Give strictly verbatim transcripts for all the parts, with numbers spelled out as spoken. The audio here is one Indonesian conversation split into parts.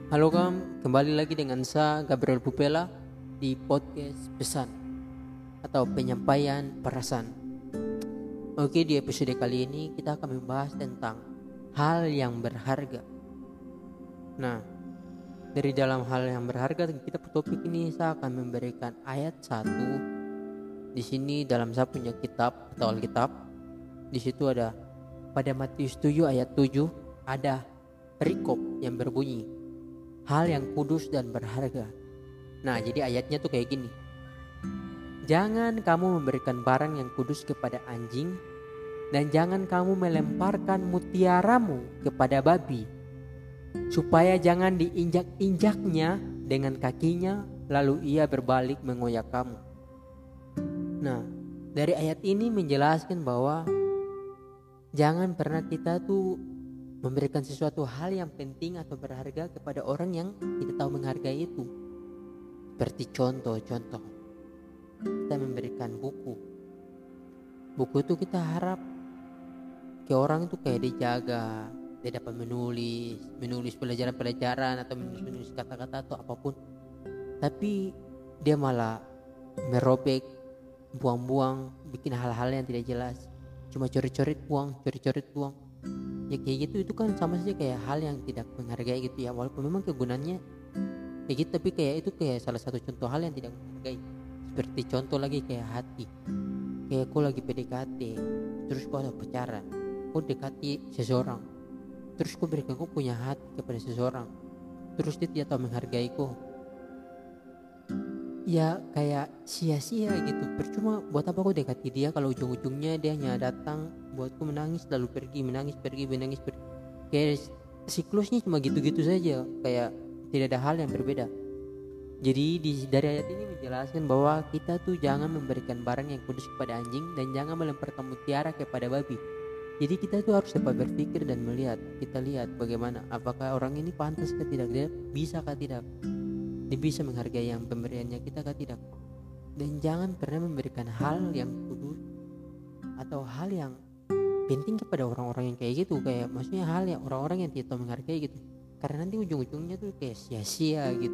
Halo Kam, kembali lagi dengan saya Gabriel Pupela di podcast Pesan atau Penyampaian Perasaan. Oke, di episode kali ini kita akan membahas tentang hal yang berharga. Nah, dari dalam hal yang berharga kita topik ini saya akan memberikan ayat satu. Di sini dalam saya punya kitab atau Alkitab. Di situ ada pada Matius tujuh ayat tujuh ada perikop yang berbunyi hal yang kudus dan berharga. Nah, jadi ayatnya tuh kayak gini. Jangan kamu memberikan barang yang kudus kepada anjing, dan jangan kamu melemparkan mutiaramu kepada babi, supaya jangan diinjak-injaknya dengan kakinya, lalu ia berbalik mengoyak kamu. Nah, dari ayat ini menjelaskan bahwa jangan pernah kita tuh memberikan sesuatu hal yang penting atau berharga kepada orang yang kita tahu menghargai itu. Seperti contoh-contoh, kita memberikan buku. Buku itu kita harap ke orang itu kayak dijaga, dia dapat menulis, menulis pelajaran-pelajaran atau menulis kata-kata atau apapun. Tapi dia malah merobek, buang-buang, bikin hal-hal yang tidak jelas. Cuma coret-coret buang, coret-coret buang. Ya kayak gitu, itu kan sama saja kayak hal yang tidak menghargai gitu ya. Walaupun memang kegunaannya kayak gitu, tapi kayak itu kayak salah satu contoh hal yang tidak menghargai. Seperti contoh lagi kayak hati. Kayak kau lagi P D K T, terus kau ada pacaran, kau dekati seseorang, terus kau berikan kau punya hati kepada seseorang, terus dia tidak tahu menghargai kau. Ya kayak sia-sia gitu. Percuma buat apa kau dekati dia kalau ujung-ujungnya dia hanya datang buatku menangis lalu pergi, menangis pergi, menangis pergi. Kayak siklusnya cuma gitu-gitu saja, kayak tidak ada hal yang berbeda. Jadi di, dari ayat ini menjelaskan bahwa kita tuh jangan memberikan barang yang kudus kepada anjing dan jangan melemparkan mutiara kepada babi. Jadi kita tuh harus dapat berpikir dan melihat. Kita lihat bagaimana, apakah orang ini pantas ke tidak, dia bisa ke tidak, dia bisa menghargai yang pemberiannya kita ke tidak. Dan jangan pernah memberikan hal yang kudus atau hal yang penting kepada orang-orang yang kayak gitu, kayak maksudnya hal yang orang-orang yang tidak tahu menghargai gitu, karena nanti ujung-ujungnya tuh kayak sia-sia gitu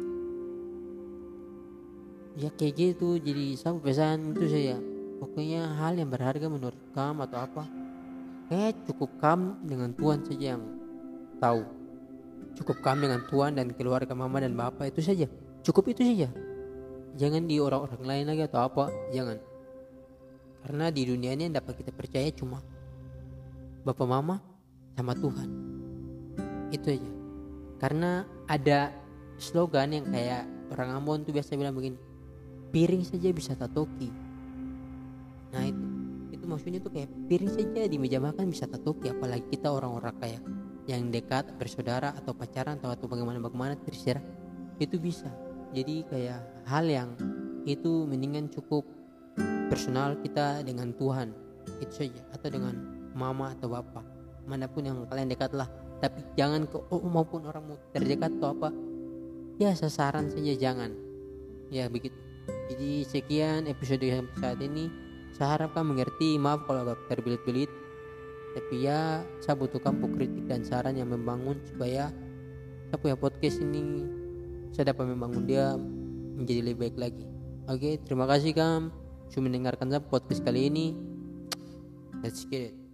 ya kayak gitu. Jadi saya pesan itu saya, pokoknya hal yang berharga menurut kamu atau apa, kayak cukup kamu dengan Tuhan saja yang tahu, cukup kamu dengan Tuhan dan keluarga mama dan bapak, itu saja, cukup itu saja. Jangan di orang-orang lain lagi atau apa, jangan. Karena di dunia ini yang dapat kita percaya cuma Bapak Mama sama Tuhan. Itu aja. Karena ada slogan yang kayak orang Ambon tuh biasa bilang begini, piring saja bisa tatoki. Nah itu, itu maksudnya tuh kayak piring saja di meja makan bisa tatoki, apalagi kita orang-orang kayak yang dekat, bersaudara atau pacaran atau, atau bagaimana-bagaimana terserah, itu bisa. Jadi kayak hal yang itu mendingan cukup personal kita dengan Tuhan, itu saja, atau dengan mama atau bapak, manapun yang kalian dekat lah. Tapi jangan ke oh, maupun orang terdekat atau apa, ya sasaran saja jangan, ya begitu. Jadi sekian episode yang saat ini, saya harap kamu mengerti. Maaf kalau agak terbelit-belit, tapi ya saya butuh kamu kritik dan saran yang membangun supaya saya punya podcast ini saya dapat membangun dia menjadi lebih baik lagi. Oke, terima kasih kamu sudah mendengarkan saya podcast kali ini. Let's get it.